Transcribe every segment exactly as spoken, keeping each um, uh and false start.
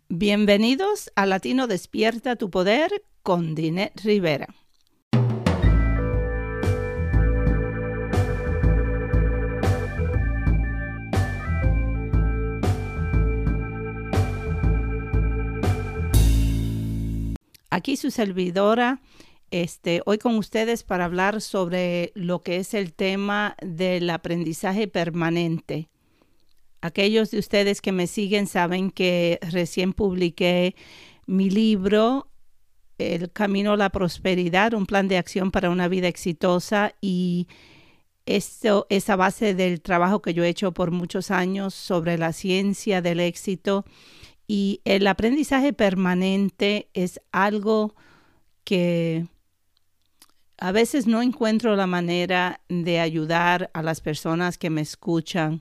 Bienvenidos a Latino Despierta tu Poder con Dinette Rivera. Aquí su servidora, este, hoy con ustedes para hablar sobre lo que es el tema del aprendizaje permanente. Aquellos de ustedes que me siguen saben que recién publiqué mi libro, El Camino a la Prosperidad, un plan de acción para una vida exitosa, y esto es a base del trabajo que yo he hecho por muchos años sobre la ciencia del éxito. Y el aprendizaje permanente es algo que a veces no encuentro la manera de ayudar a las personas que me escuchan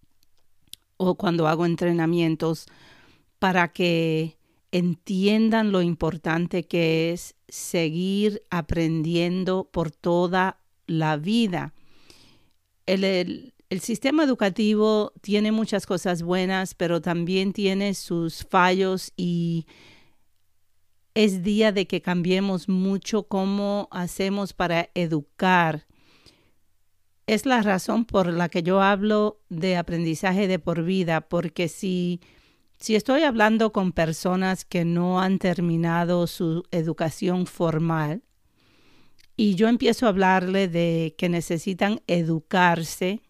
o cuando hago entrenamientos para que entiendan lo importante que es seguir aprendiendo por toda la vida. El, el, el sistema educativo tiene muchas cosas buenas, pero también tiene sus fallos y es día de que cambiemos mucho cómo hacemos para educar. Es la razón por la que yo hablo de aprendizaje de por vida, porque si, si estoy hablando con personas que no han terminado su educación formal y yo empiezo a hablarle de que necesitan educarse,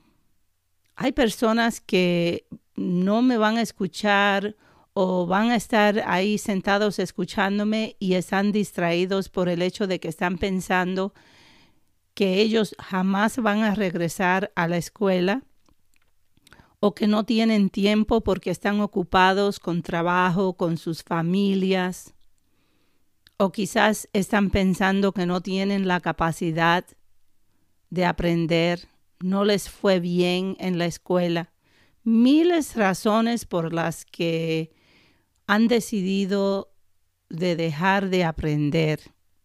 hay personas que no me van a escuchar o van a estar ahí sentados escuchándome y están distraídos por el hecho de que están pensando que ellos jamás van a regresar a la escuela o que no tienen tiempo porque están ocupados con trabajo, con sus familias, o quizás están pensando que no tienen la capacidad de aprender, no les fue bien en la escuela. Miles de razones por las que han decidido de dejar de aprender.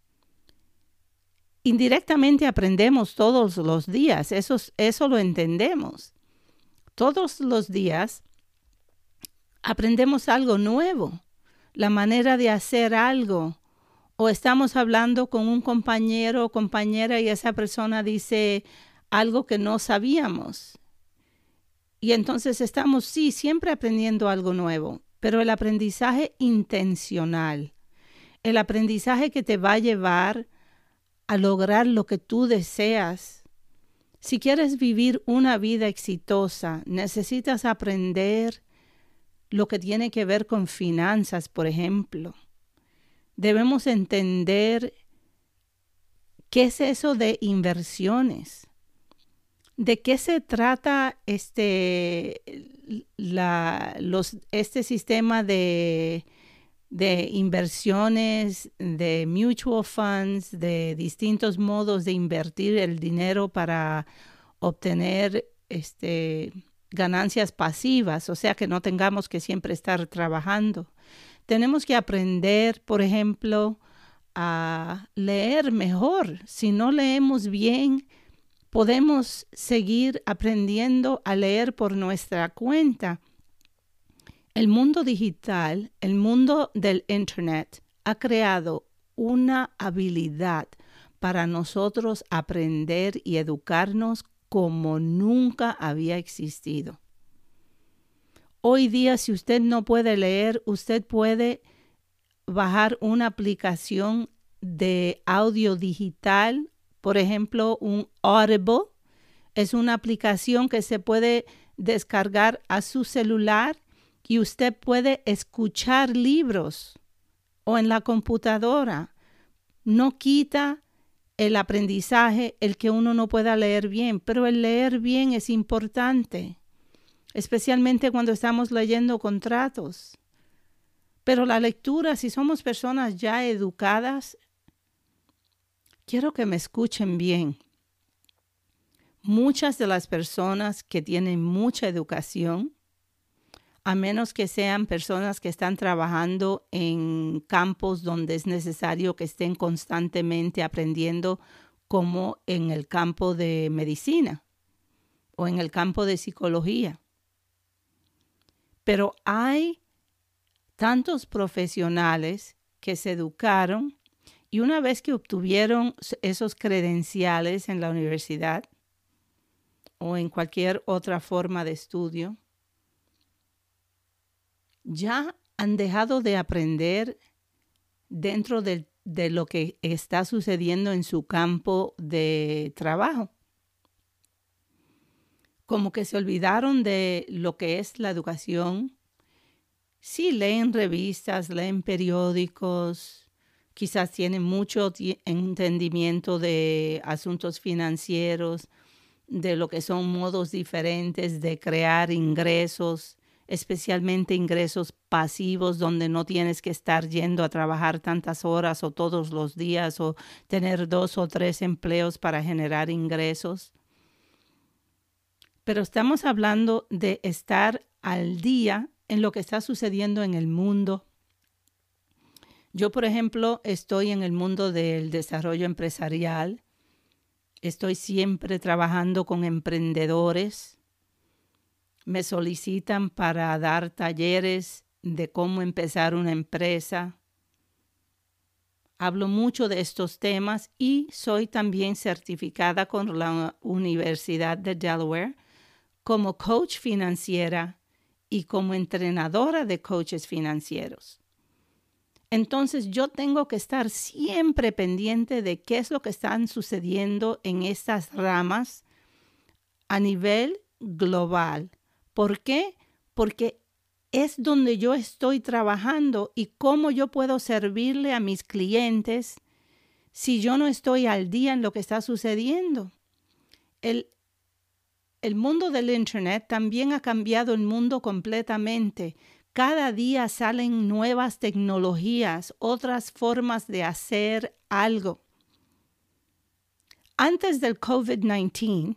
Indirectamente aprendemos todos los días, eso, eso lo entendemos. Todos los días aprendemos algo nuevo, la manera de hacer algo. O estamos hablando con un compañero o compañera y esa persona dice algo que no sabíamos. Y entonces estamos, sí, siempre aprendiendo algo nuevo, pero el aprendizaje intencional, el aprendizaje que te va a llevar a lograr lo que tú deseas. Si quieres vivir una vida exitosa, necesitas aprender lo que tiene que ver con finanzas, por ejemplo. Debemos entender qué es eso de inversiones, de qué se trata este, la, los, este sistema de de inversiones, de mutual funds, de distintos modos de invertir el dinero para obtener este, ganancias pasivas, o sea que no tengamos que siempre estar trabajando. Tenemos que aprender, por ejemplo, a leer mejor. Si no leemos bien, podemos seguir aprendiendo a leer por nuestra cuenta. El mundo digital, el mundo del Internet, ha creado una habilidad para nosotros aprender y educarnos como nunca había existido. Hoy día, si usted no puede leer, usted puede bajar una aplicación de audio digital, por ejemplo, un Audible. Es una aplicación que se puede descargar a su celular y usted puede escuchar libros o en la computadora. No quita el aprendizaje el que uno no pueda leer bien, pero el leer bien es importante, especialmente cuando estamos leyendo contratos. Pero la lectura, si somos personas ya educadas, quiero que me escuchen bien. Muchas de las personas que tienen mucha educación, a menos que sean personas que están trabajando en campos donde es necesario que estén constantemente aprendiendo, como en el campo de medicina o en el campo de psicología. Pero hay tantos profesionales que se educaron y una vez que obtuvieron esos credenciales en la universidad o en cualquier otra forma de estudio, ya han dejado de aprender dentro de, de lo que está sucediendo en su campo de trabajo. Como que se olvidaron de lo que es la educación. Sí, leen revistas, leen periódicos, quizás tienen mucho entendimiento de asuntos financieros, de lo que son modos diferentes de crear ingresos, especialmente ingresos pasivos donde no tienes que estar yendo a trabajar tantas horas o todos los días o tener dos o tres empleos para generar ingresos. Pero estamos hablando de estar al día en lo que está sucediendo en el mundo. Yo, por ejemplo, estoy en el mundo del desarrollo empresarial. Estoy siempre trabajando con emprendedores. Me solicitan para dar talleres de cómo empezar una empresa. Hablo mucho de estos temas y soy también certificada con la Universidad de Delaware como coach financiera y como entrenadora de coaches financieros. Entonces yo tengo que estar siempre pendiente de qué es lo que están sucediendo en estas ramas a nivel global. ¿Por qué? Porque es donde yo estoy trabajando y cómo yo puedo servirle a mis clientes si yo no estoy al día en lo que está sucediendo. El, el mundo del Internet también ha cambiado el mundo completamente. Cada día salen nuevas tecnologías, otras formas de hacer algo. Antes del COVID diecinueve,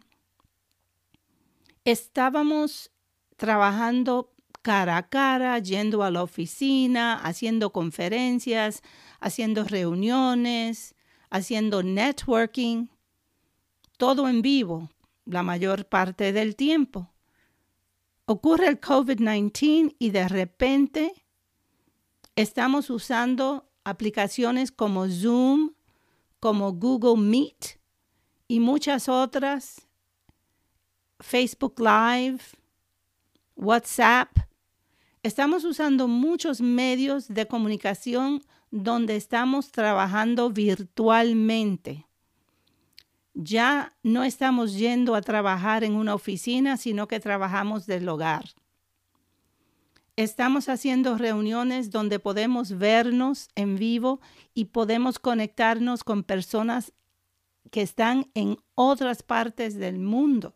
estábamos trabajando cara a cara, yendo a la oficina, haciendo conferencias, haciendo reuniones, haciendo networking, todo en vivo, la mayor parte del tiempo. Ocurre el COVID diecinueve y de repente estamos usando aplicaciones como Zoom, como Google Meet y muchas otras, Facebook Live, WhatsApp. Estamos usando muchos medios de comunicación donde estamos trabajando virtualmente. Ya no estamos yendo a trabajar en una oficina, sino que trabajamos del hogar. Estamos haciendo reuniones donde podemos vernos en vivo y podemos conectarnos con personas que están en otras partes del mundo.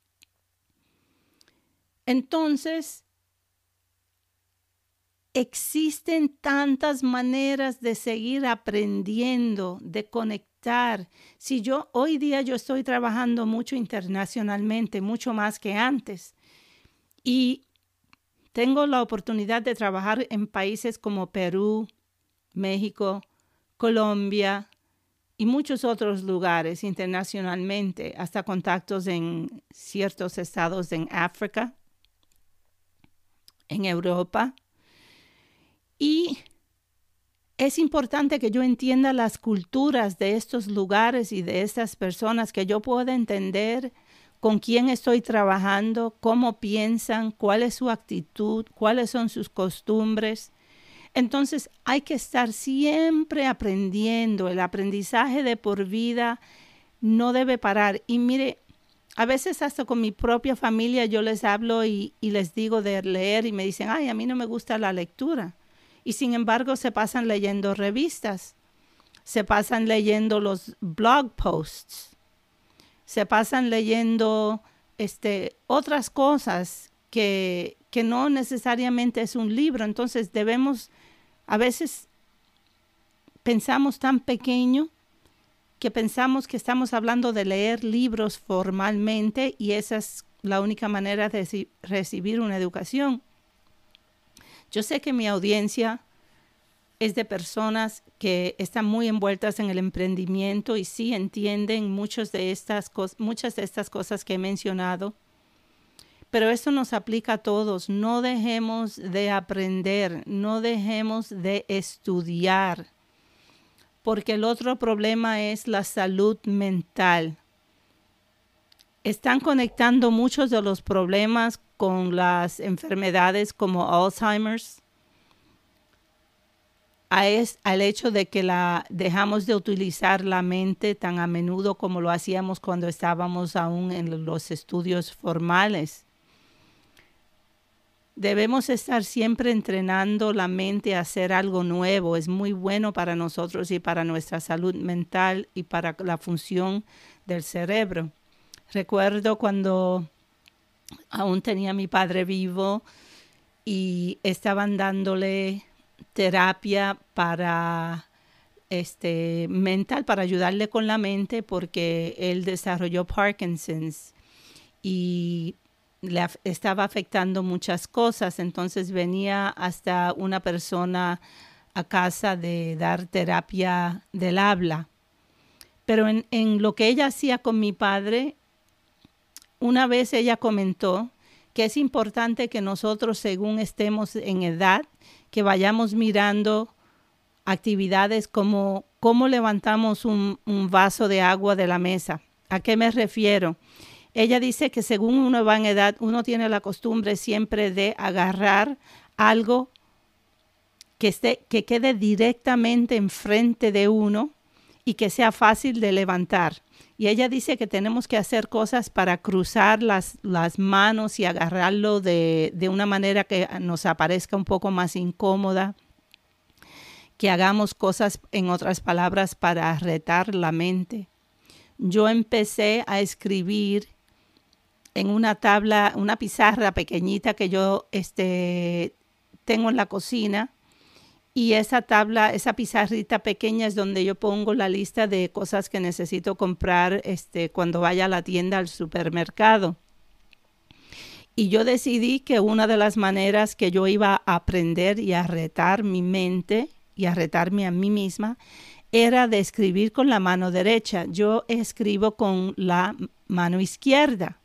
Entonces, existen tantas maneras de seguir aprendiendo, de conectar. Si yo hoy día yo estoy trabajando mucho internacionalmente, mucho más que antes, y tengo la oportunidad de trabajar en países como Perú, México, Colombia y muchos otros lugares internacionalmente, hasta contactos en ciertos estados en África, en Europa. Y es importante que yo entienda las culturas de estos lugares y de estas personas, que yo pueda entender con quién estoy trabajando, cómo piensan, cuál es su actitud, cuáles son sus costumbres. Entonces hay que estar siempre aprendiendo. El aprendizaje de por vida no debe parar. Y mire, a veces hasta con mi propia familia yo les hablo y, y les digo de leer y me dicen, ay, a mí no me gusta la lectura. Y sin embargo se pasan leyendo revistas, se pasan leyendo los blog posts, se pasan leyendo este, otras cosas que, que no necesariamente es un libro. Entonces debemos, a veces pensamos tan pequeño que pensamos que estamos hablando de leer libros formalmente y esa es la única manera de recibir una educación. Yo sé que mi audiencia es de personas que están muy envueltas en el emprendimiento y sí entienden muchas de estas, muchas de estas cosas que he mencionado. Pero esto nos aplica a todos. No dejemos de aprender, no dejemos de estudiar, porque el otro problema es la salud mental. Están conectando muchos de los problemas con las enfermedades como Alzheimer's, a es, al hecho de que la, dejamos de utilizar la mente tan a menudo como lo hacíamos cuando estábamos aún en los estudios formales. Debemos estar siempre entrenando la mente a hacer algo nuevo. Es muy bueno para nosotros y para nuestra salud mental y para la función del cerebro. Recuerdo cuando aún tenía a mi padre vivo y estaban dándole terapia para este mental, para ayudarle con la mente, porque él desarrolló Parkinson's y le estaba afectando muchas cosas. Entonces venía hasta una persona a casa de dar terapia del habla. Pero en, en lo que ella hacía con mi padre, una vez ella comentó que es importante que nosotros, según estemos en edad, que vayamos mirando actividades como cómo levantamos un, un vaso de agua de la mesa. ¿A qué me refiero? Ella dice que según uno va en edad, uno tiene la costumbre siempre de agarrar algo que, esté, que quede directamente enfrente de uno y que sea fácil de levantar. Y ella dice que tenemos que hacer cosas para cruzar las, las manos y agarrarlo de, de una manera que nos aparezca un poco más incómoda, que hagamos cosas, en otras palabras, para retar la mente. Yo empecé a escribir en una tabla, una pizarra pequeñita que yo este, tengo en la cocina. Y esa tabla, esa pizarrita pequeña es donde yo pongo la lista de cosas que necesito comprar este, cuando vaya a la tienda, al supermercado. Y yo decidí que una de las maneras que yo iba a aprender y a retar mi mente y a retarme a mí misma era de escribir con la mano derecha. Yo escribo con la mano izquierda.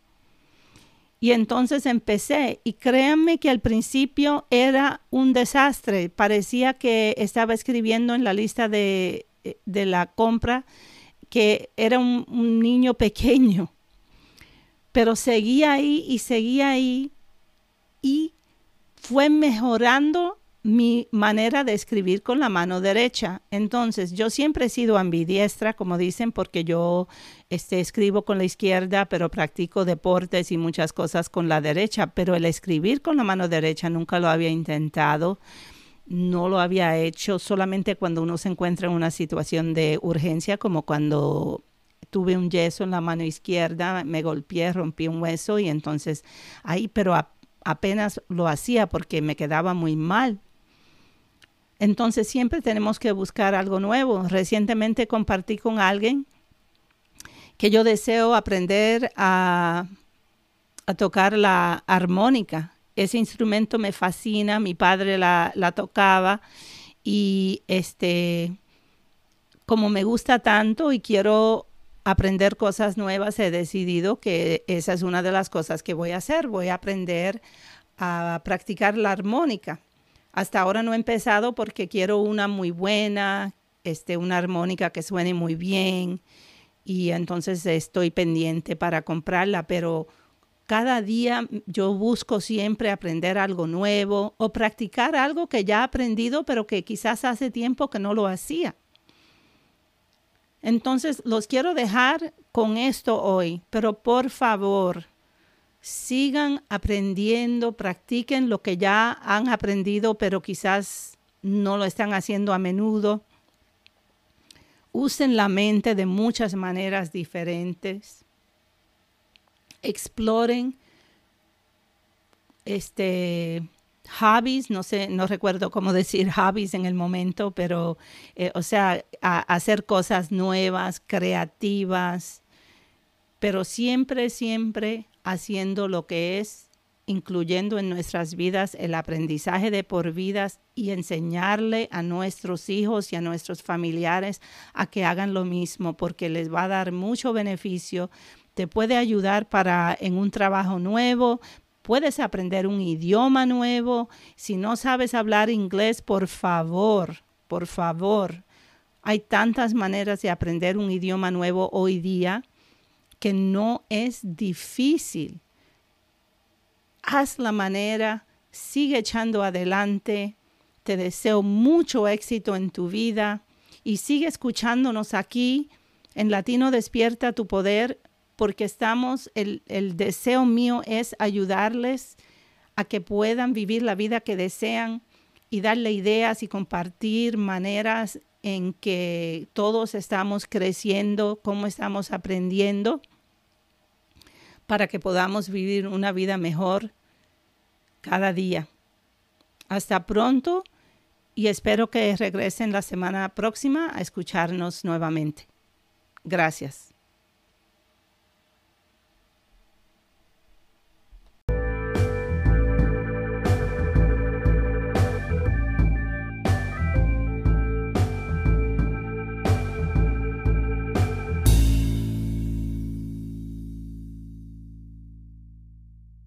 Y entonces empecé, y créanme que al principio era un desastre. Parecía que estaba escribiendo en la lista de, de la compra, que era un, un niño pequeño. Pero seguía ahí y seguía ahí, y fue mejorando mi manera de escribir con la mano derecha. Entonces, yo siempre he sido ambidiestra, como dicen, porque yo este, escribo con la izquierda, pero practico deportes y muchas cosas con la derecha. Pero el escribir con la mano derecha nunca lo había intentado, no lo había hecho, solamente cuando uno se encuentra en una situación de urgencia, como cuando tuve un yeso en la mano izquierda, me golpeé, rompí un hueso y entonces ahí, pero a, apenas lo hacía porque me quedaba muy mal. Entonces siempre tenemos que buscar algo nuevo. Recientemente compartí con alguien que yo deseo aprender a, a tocar la armónica. Ese instrumento me fascina, mi padre la, la tocaba y este, como me gusta tanto y quiero aprender cosas nuevas, he decidido que esa es una de las cosas que voy a hacer. Voy a aprender a practicar la armónica. Hasta ahora no he empezado porque quiero una muy buena, este, una armónica que suene muy bien, y entonces estoy pendiente para comprarla, pero cada día yo busco siempre aprender algo nuevo o practicar algo que ya he aprendido, pero que quizás hace tiempo que no lo hacía. Entonces los quiero dejar con esto hoy, pero por favor, sigan aprendiendo, practiquen lo que ya han aprendido, pero quizás no lo están haciendo a menudo. Usen la mente de muchas maneras diferentes. Exploren este, hobbies, no sé, no recuerdo cómo decir hobbies en el momento, pero, eh, o sea, a, a hacer cosas nuevas, creativas, pero siempre, siempre haciendo lo que es, incluyendo en nuestras vidas el aprendizaje de por vidas y enseñarle a nuestros hijos y a nuestros familiares a que hagan lo mismo, porque les va a dar mucho beneficio. Te puede ayudar para en un trabajo nuevo, puedes aprender un idioma nuevo. Si no sabes hablar inglés, por favor, por favor. Hay tantas maneras de aprender un idioma nuevo hoy día que no es difícil. Haz la manera, sigue echando adelante. Te deseo mucho éxito en tu vida y sigue escuchándonos aquí en Latino Despierta tu Poder, porque estamos, el, el deseo mío es ayudarles a que puedan vivir la vida que desean y darle ideas y compartir maneras en que todos estamos creciendo, cómo estamos aprendiendo, para que podamos vivir una vida mejor cada día. Hasta pronto y espero que regresen la semana próxima a escucharnos nuevamente. Gracias.